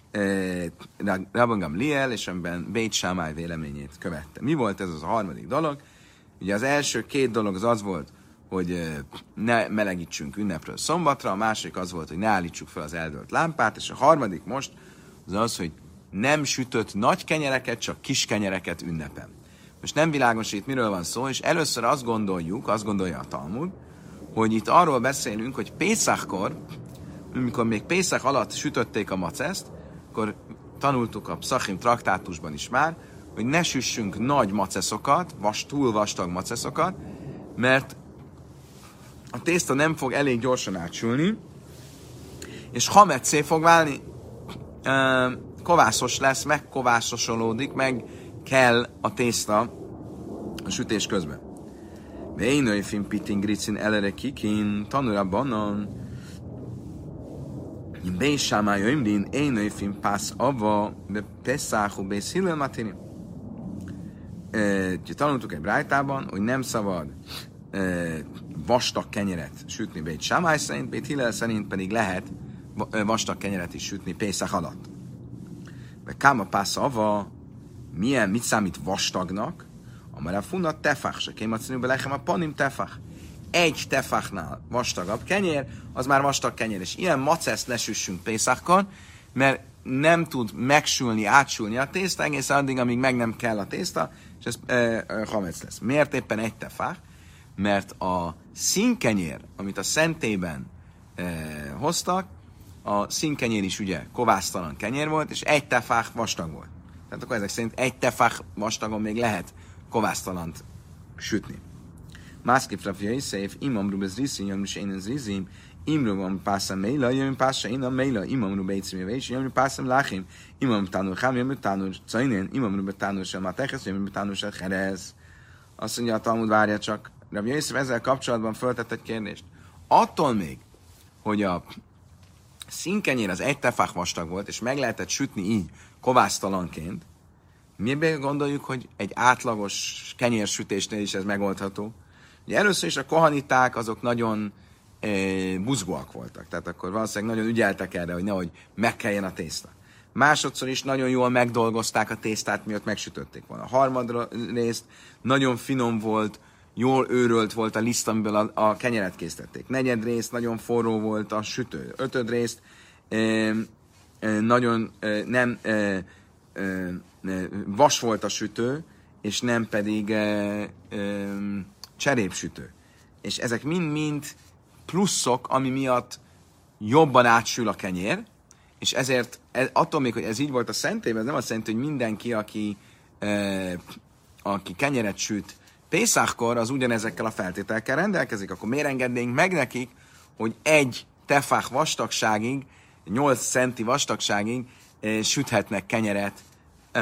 eh, Rabban Gamliel, és amiben Beit Sámály véleményét követte. Mi volt ez az a harmadik dolog? Ugye az első két dolog az az volt, hogy eh, ne melegítsünk ünnepről szombatra, a másik az volt, hogy ne állítsuk fel az eldőlt lámpát, és a harmadik most az az, hogy nem sütött nagy kenyereket, csak kis kenyereket ünnepen. Most nem világos itt miről van szó, és először azt gondoljuk, azt gondolja a Talmud, hogy itt arról beszélünk, hogy Pészachkor, amikor még Pészach alatt sütötték a maceszt, akkor tanultuk a Pszachim traktátusban is már, hogy ne süssünk nagy maceszokat, vas, túl vastag maceszokat, mert a tészta nem fog elég gyorsan átsülni, és hametszé fog válni, kovászos lesz, megkovászosolódik, meg kell a tészta a sütés közben. Vénői fin pitin gricin elere kikin, tanulra banan, Bé sámály ömlin, énői fin pász ava, be peszáhu, be szilel matini. Tanultuk egy brájtában, hogy nem szabad e, vastag kenyeret sütni Bét Sámály szerint, Bét Hillel szerint pedig lehet vastag kenyeret is sütni Pészach alatt. Be káma pász ava, milyen, mit számít vastagnak? Amara funna tefach, se kémacinú belechem a panim tefach. Egy tefachnál vastagabb kenyér, az már vastag kenyér. És ilyen maceszt ne süssünk Pészachkor, mert nem tud megsülni, átsülni a tészta, egészen addig, amíg meg nem kell a tészta, és ez e, e, hamec lesz. Miért éppen egy tefach? Mert a színkenyér, amit a szentében e, hoztak, a színkenyér is ugye kovásztalan kenyér volt, és egy tefach vastag volt. Tehát akkor ezek szerint egy tefach vastagon még lehet kovásztalant sütni. Mászkép rafjai széf, imamru bez rizim, jamrus én ez rizim, imru van pászem méla, jön pászem én a méla, imamru beicim és jön pászem láchim, imamru tánul chám, jön tánul cajnén, imamru betánul sem máteches, jön betánul sem herez. Azt mondja a Talmud, várja csak. Rabbi Yosef ezzel kapcsolatban föltett egy kérdést. Attól még, hogy a színkenyér az egy tefach vastag volt, és meg lehetett sütni így, kovásztalanként, miért gondoljuk, hogy egy átlagos kenyérsütésnél is ez megoldható? Ugye először is a kohaniták azok nagyon e, buzgóak voltak, tehát akkor valószínűleg nagyon ügyeltek erre, hogy nehogy megkeljen a tészta. Másodszor is nagyon jól megdolgozták a tésztát, miatt megsütötték volna. A harmadrészt nagyon finom volt, jól őrölt volt a liszt, amiből a, a kenyeret készítették. Negyedrészt nagyon forró volt a sütő. Ötödrészt e, e, nagyon e, nem e, e, vas volt a sütő, és nem pedig e, e, cserépsütő. És ezek mind-mind pluszok, ami miatt jobban átsül a kenyér, és ezért ez, attól még, hogy ez így volt a szentélyben, ez nem azt jelenti, hogy mindenki, aki, e, aki kenyeret süt Pészákkor, az ugyanezekkel a feltételekkel rendelkezik. Akkor miért engednénk meg nekik, hogy egy tefach vastagságig, nyolc centi vastagságig e, süthetnek kenyeret e,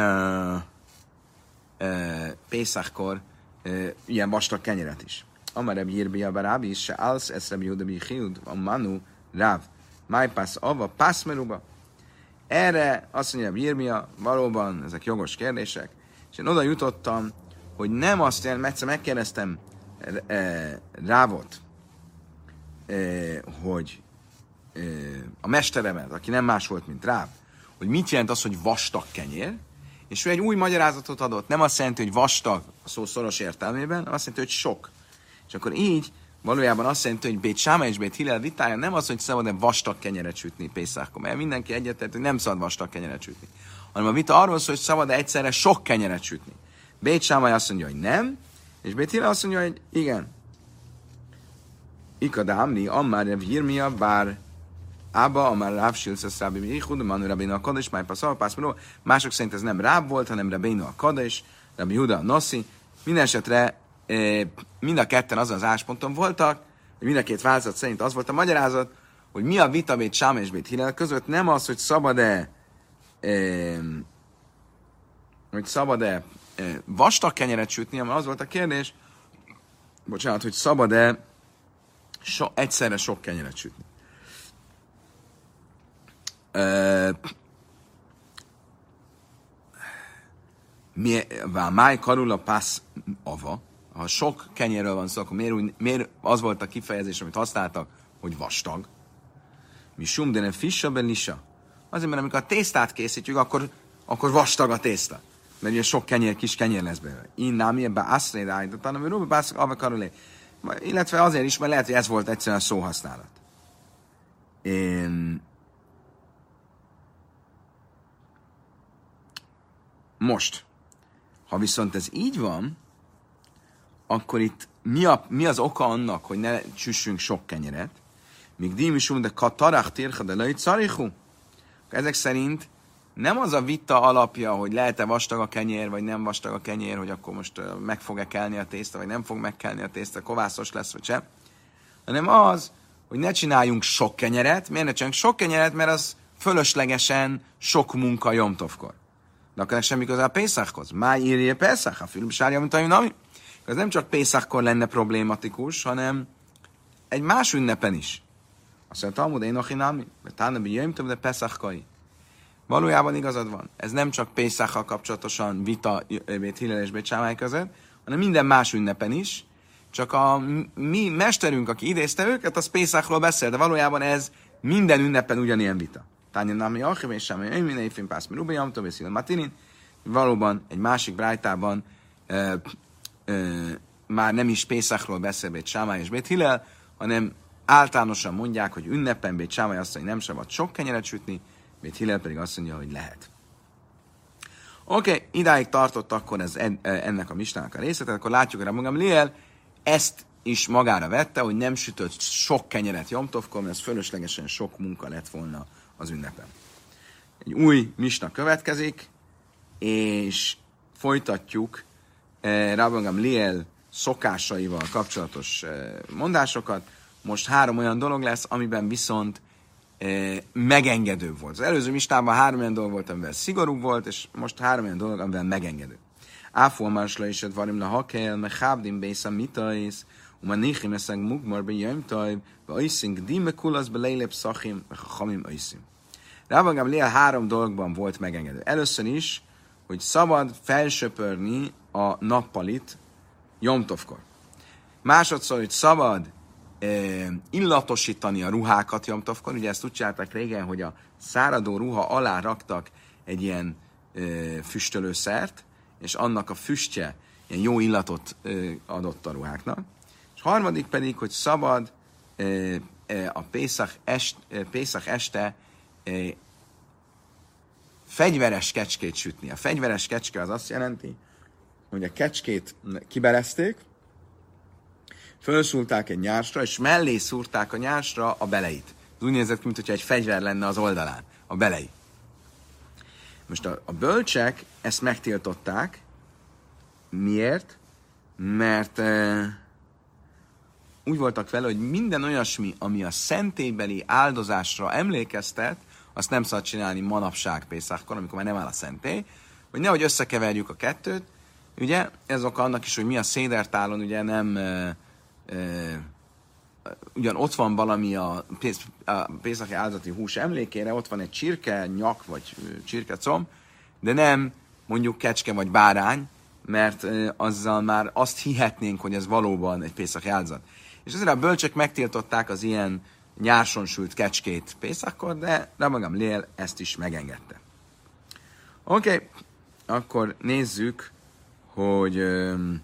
e, Pészákkor, e, ilyen vastag kenyeret is. Amareb Jirbi Barábi is se állsz, ez Rabbi Yehuda bi Chiud, a Manu, Ráv, Májpász, Ava, Pászmeruba. Erre azt mondja, Jirmia, valóban ezek jogos kérdések, és én oda jutottam, hogy nem azt jelenti, egyszer megkérdeztem e, Rávot, e, hogy e, a mesteremet, aki nem más volt, mint Ráv, hogy mit jelent az, hogy vastag kenyér, és ő egy új magyarázatot adott. Nem azt jelenti, hogy vastag a szó szoros értelmében, hanem azt jelenti, hogy sok. És akkor így valójában azt jelenti, hogy Bét Sámai és Bét Hillel vitája nem az, hogy szabad-e vastag kenyeret sütni Pészákkor, mert mindenki egyetért, hogy nem szabad vastag kenyeret sütni, hanem a vita arról szól, hogy szabad-e egyszerre sok kenyeret sütni. Bét Sámai azt mondja, hogy nem, és Bét Hillel azt mondja, hogy igen. Ikadámni, ammár Rev Jirmia, bár Ába, ammár Ráv Silszesz Rábi Michud, Manu Rabbeinu a Kadés, Májpasz, Alpász, mások szerint ez nem Ráb volt, hanem Rabbeinu a Kadés, Rabbi Yehuda a Noszi. Minden esetre mind a ketten azon az ásponton voltak, hogy mind a két változat szerint az volt a magyarázat, hogy mi a vita Bét Sámai és Bét Hillel között, nem az, hogy szabad-e eh, hogy szabad-e eh, vastag kenyeret sütni, hanem az volt a kérdés, bocsánat, hogy szabad-e so, egyszerre sok kenyeret sütni. Uh, Máj karula pász ava. Ha sok kenyérről van szó, akkor miért, úgy, miért az volt a kifejezés, amit használtak, hogy vastag? Mi sum, de nem fissa belisa. Azért, mert amikor a tésztát készítjük, akkor, akkor vastag a tészta. Mert ugye sok kenyér, kis kenyér lesz belőle. Innám ilyenben ászréd állítottan, ami róba pász ava karulé. Illetve azért is, mert lehet, hogy ez volt egyszerűen a szóhasználat. Én... Most, ha viszont ez így van, akkor itt mi, a, mi az oka annak, hogy ne süssünk sok kenyeret? Míg dímisum, de katarach tircha, de lejt szarichu. Ezek szerint nem az a vita alapja, hogy lehet-e vastag a kenyér, vagy nem vastag a kenyér, hogy akkor most meg fog-e kelni a tészta, vagy nem fog megkelni a tészta, kovászos lesz, vagy sem. Hanem az, hogy ne csináljunk sok kenyeret. Miért ne csináljunk sok kenyeret? Mert az fölöslegesen sok munka jomtovkor. De akkor semmi köze a Pészachhoz. Máj írja Pészach, a filmsárja, mint a nami. Ez nem csak Pészachkor lenne problématikus, hanem egy más ünnepen is. Azt mondja, Talmud, én achi nami, mert tánabi jöjjmtöm, de Pészachkai. Valójában igazad van. Ez nem csak Pészachal kapcsolatosan vita Bét Hillel és Bét Sámai között, hanem minden más ünnepen is. Csak a mi mesterünk, aki idézte őket, az Pészachról beszél, de valójában ez minden ünnepen ugyanilyen vita. Tányi nami achiv és sem, én minden évfén pász, mi rubi jamtov és matinin. Valóban egy másik brájtában e, e, már nem is Pészachról beszél Bét Sámai és Bét Hillel, hanem általánosan mondják, hogy ünnepen Bét Sámai azt mondja, hogy nem szabad sok kenyeret sütni, Bét Hillel pedig azt mondja, hogy lehet. Oké, okay, idáig tartott akkor ez, ennek a misnának a része, tehát akkor látjuk, hogy Rabbi Gamliel ezt is magára vette, hogy nem sütött sok kenyeret Jomtovkor, mert ez fölöslegesen sok munka lett volna az ünnepen. Egy új misna következik, és folytatjuk eh, Rabbi Gamliel szokásaival kapcsolatos eh, mondásokat. Most három olyan dolog lesz, amiben viszont eh, megengedő volt. Az előző misnában három olyan dolog volt, amivel szigorú volt, és most három olyan dolog, amivel megengedő. Áfolmásla is varim la hakel, me hábdim bész a mitais, uma nichim eszeg mugmar be jöjmtaj, be ajszink dime kulasz be lejlep szachim, be chachamim ajszim. Rabban Gamliel három dologban volt megengedő. Először is, hogy szabad felsöpörni a nappalit Jomtovkor. Másodszor, hogy szabad eh, illatosítani a ruhákat Jomtovkor. Ugye ezt úgy csinálták régen, hogy a száradó ruha alá raktak egy ilyen eh, füstölőszert, és annak a füstje ilyen jó illatot eh, adott a ruháknak. És harmadik pedig, hogy szabad eh, eh, a Pészach, est, eh, Pészach este eh, fegyveres kecskét sütni. A fegyveres kecske az azt jelenti, hogy a kecskét kiberezték, fölszúrták egy nyársra, és mellé szúrták a nyársra a beleit. Ez úgy nézett ki, mintha egy fegyver lenne az oldalán, a belei. Most a, a bölcsek ezt megtiltották. Miért? Mert e, úgy voltak vele, hogy minden olyasmi, ami a szentélybeli áldozásra emlékeztet, azt nem szabad csinálni manapság Pészachkor, amikor már nem áll a szentély, hogy nehogy összekeverjük a kettőt. Ugye, ez oka annak is, hogy mi a szédertálon ugye nem, e, e, ugyan ott van valami a, pész, a Pészachi áldozati hús emlékére, ott van egy csirke, nyak vagy csirkecomb, de nem mondjuk kecske vagy bárány, mert e, azzal már azt hihetnénk, hogy ez valóban egy Pészachi áldozat. És ezért a bölcsek megtiltották az ilyen nyárson sült kecskét Pészakkor, de Rabban Gamliel ezt is megengedte. Oké, okay. Akkor nézzük, hogy um,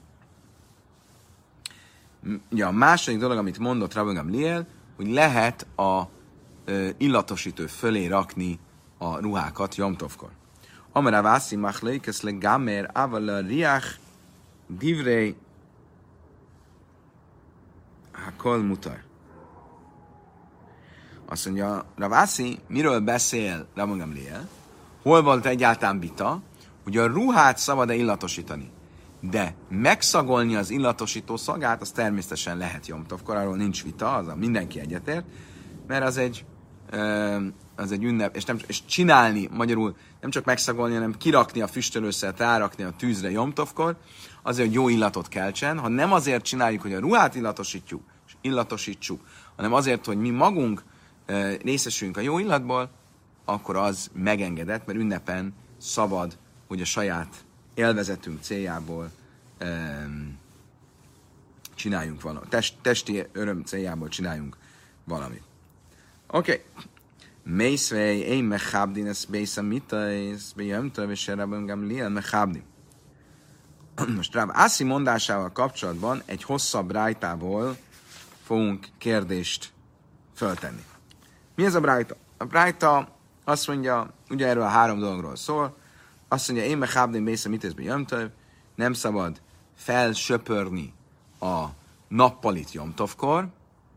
ugye a második dolog, amit mondott Rabban Gamliel, hogy lehet a uh, illatosítő fölé rakni a ruhákat Jomtovkor. Amara vászi machleikes le gamer aval riach divrei hakol mutar. Azt mondja, Ravászi, miről beszél Rabban Gamliel? Hol volt egyáltalán vita, hogy a ruhát szabad-e illatosítani? De megszagolni az illatosító szagát, az természetesen lehet Jomtovkor, arról nincs vita, az a mindenki egyetért, mert az egy, az egy ünnep, és, nem, és csinálni, magyarul nem csak megszagolni, hanem kirakni a füstölőszert, rárakni a tűzre Jomtovkor, azért, hogy jó illatot keltsen. Ha nem azért csináljuk, hogy a ruhát illatosítjuk, és illatosítsuk, hanem azért, hogy mi magunk részesülünk a jó illatból, akkor az megengedett, mert ünnepen szabad, hogy a saját élvezetünk céljából um, csináljunk valamit. Test, testi öröm céljából csináljunk valamit. Oké. Okay. Mészvej, én mechábdin, ez bészem mitais, bejömtöv, és Rabban Gamliel mechábdin. Most Rav Assi mondásával kapcsolatban egy hosszabb rájtából fogunk kérdést föltenni. Mi ez a brájta? A brájta azt mondja, ugye erről a három dologról szól, azt mondja, én mechábdén bészem mitézbe jömtöv, nem szabad felsöpörni a nappalit Jomtovkor,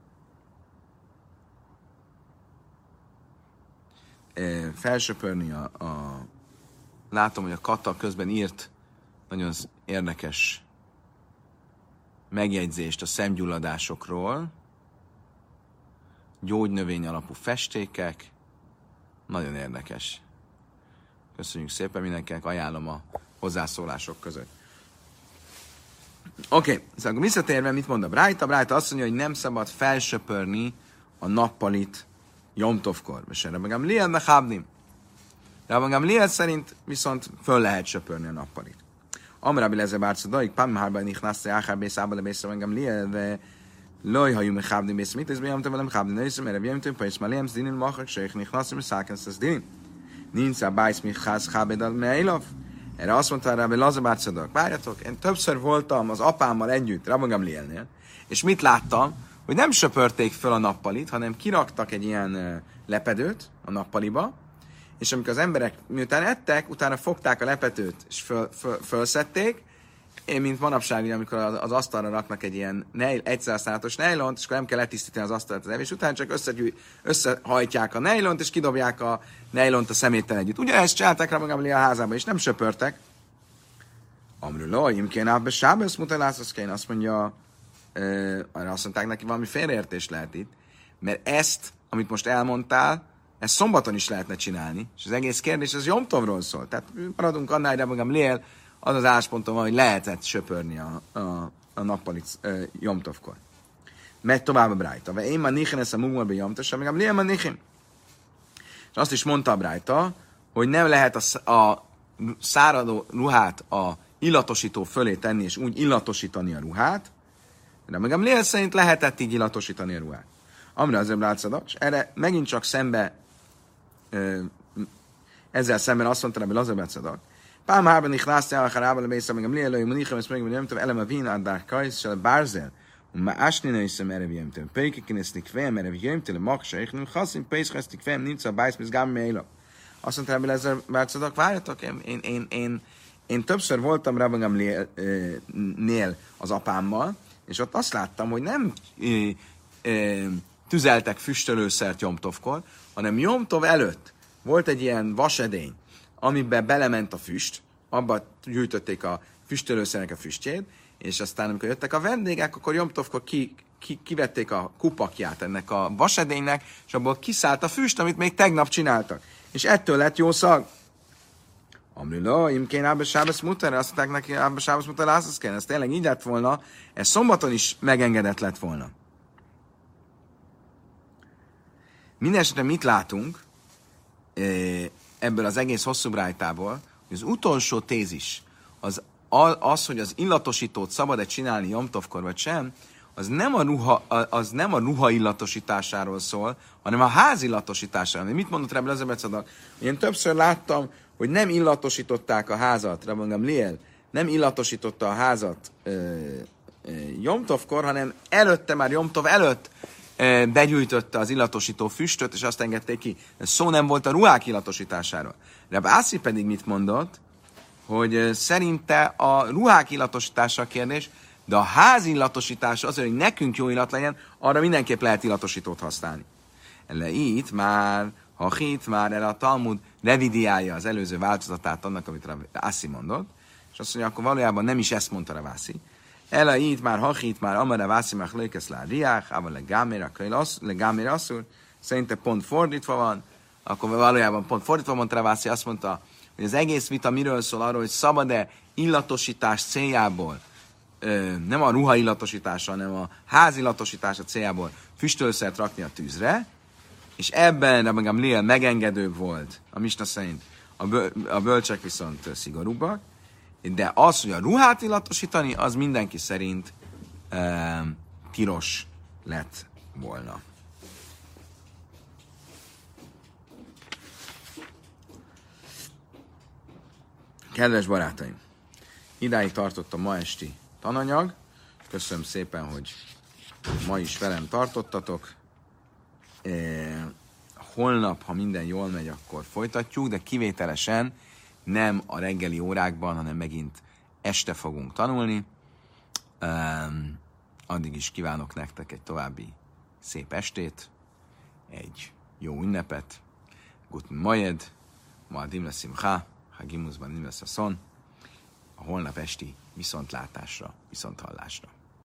e, felsöpörni a, a... Látom, hogy a Kata közben írt nagyon érdekes megjegyzést a szemgyulladásokról, gyógynövény alapú festékek, nagyon érdekes. Köszönjük szépen, mindenkinek ajánlom a hozzászólások között. Oké, okay, szóval visszatérve, mit mond a Brájta? A Brájta azt mondja, hogy nem szabad felsöpörni a nappalit Jomtovkor. És Rabban Gamliel mechábdim. Rabban Gamliel szerint viszont föl lehet söpörni a nappalit. Amrabi leze bárcodaik, pam hárban ichnászta jáhár bészába le bészre Rabban Gamliel, de loj hajú mechábdim bész mit, ez bejamtam velem mechábdim, de hiszem, erre bejamtam, pa is malém, zdinin machak, sejk nichnászim, száken szdinin. Nincs a bájsz mit ház hábedal meilav. Erre azt mondta rá, hogy Laza bárcadok. Várjatok, én többször voltam az apámmal együtt, Rabban Gamlielnél, és mit láttam? Hogy nem söpörték föl a nappalit, hanem kiraktak egy ilyen lepedőt a nappaliba, és amikor az emberek miután ettek, utána fogták a lepedőt, és föl, föl, fölszedték, én, mint manapság, amikor az asztalra raknak egy ilyen nejl, egyszerhasználatos nejlont, és akkor nem kell letisztítani az asztalt az evés után, csak összegyű, összehajtják a nejlont, és kidobják a nejlont a szeméttel együtt. Ugyanezt csinálták Rabban Gamliel a házában, és nem söpörtek. Amruló, imkén ábbe sábesz mutalászaszkén, azt mondja, Uh, arra azt mondták neki, valami félreértés lehet itt, mert ezt, amit most elmondtál, ezt szombaton is lehetne csinálni, és az egész kérdés az Jomtovról szól. Tehát maradunk annál, hogy Rabban Gamliel az az álláspontom van, hogy lehetett söpörni a, a, a nappali uh, jomtovkor. Megy tovább a brájta. Ve én már nichen ezt a mugmarba jomtossa, meg a lém már nichen. És azt is mondta a brájta, hogy nem lehet a, a száradó ruhát a illatosító fölé tenni, és úgy illatosítani a ruhát, de meg a lém szerint lehetett így illatosítani a ruhát. Amire azért látszadak, és erre megint csak szembe, ö, ezzel szemben azt mondta, hogy azért látszadak. Pám hárban ich lászti el, akár ábban a bészem, meg a lém előjön, mondjuk, hogy meg nem tudom, elem a vín, adár kajsz, és a bárzel, ומה אשני נעשם ערב ימתם, פרקי כנס נקבם ערב ימתם, למחשה, איך נמחסים פסחס נקבם, נמצא בייס מסגם מאילו. Azt mondta Rabbi Lezer Bárcadok, várjatok, én, én, én, én, én többször voltam Rabbi Gamlielnél az apámmal, és ott azt láttam, hogy nem ö, ö, tüzeltek füstölőszert Jomtovkor, hanem Jomtov előtt volt egy ilyen vasedény, amiben belement a füst, abba gyűjtötték a füstölőszernek a füstjét, és aztán, amikor jöttek a vendégek, akkor Jomtovkor ki, ki, kivették a kupakját ennek a vasedénynek, és abból kiszállt a füst, amit még tegnap csináltak. És ettől lett jó szag. Amrila, imkén Ába Sábasz Mutter, azt mondták neki, Ába Sábasz Mutter, látszasz kell, ez tényleg így lett volna, ez szombaton is megengedett lett volna. Mindenesetre mit látunk ebből az egész hosszú brájtából, hogy az utolsó tézis, az az, hogy az illatosítót szabad-e csinálni Jomtovkor vagy sem, az nem a ruha, az nem a ruha illatosításáról szól, hanem a ház illatosításáról. Mit mondott Rebbe Lezer Bárcadok? Én többször láttam, hogy nem illatosították a házat, Rabbi Gamliel nem illatosította a házat e, e, Jomtovkor, hanem előtte, már Jomtov előtt e, begyűjtötte az illatosító füstöt, és azt engedték ki. Ez szó nem volt a ruhák illatosításáról. Rebbe Assi pedig mit mondott? Hogy szerinte a ruhák illatosítása a kérdés, de a ház illatosítása azért, hogy nekünk jó illat legyen, arra mindenképp lehet illatosítót használni. Ele itt már, ha itt már, erre a Talmud revidiálja az előző változatát annak, amit Assi mondott, és azt mondja, akkor valójában nem is ezt mondta Ravászi. Ele itt már, ha itt már, amara Ravászi már lőkesz le a riák, ával le gámére asszur, szerinte pont fordítva van, akkor valójában pont fordítva mondta Ravászi, azt mondta, hogy az egész vita miről szól arról, hogy szabad-e illatosítás céljából, nem a ruha illatosítása, hanem a ház illatosítása céljából füstölőszert rakni a tűzre, és ebben Rabbi Gamliel megengedőbb volt, a Misna szerint, a, böl- a bölcsek viszont szigorúbbak, de az, hogy a ruhát illatosítani, az mindenki szerint e, tilos lett volna. Kedves barátaim, idáig tartott a ma esti tananyag. Köszönöm szépen, hogy ma is velem tartottatok. E, holnap, ha minden jól megy, akkor folytatjuk, de kivételesen nem a reggeli órákban, hanem megint este fogunk tanulni. E, addig is kívánok nektek egy további szép estét, egy jó ünnepet, Guten Moed, Moadim Lesimcha, Hagimuszban nem lesz a szon, a holnap esti viszontlátásra, viszonthallásra.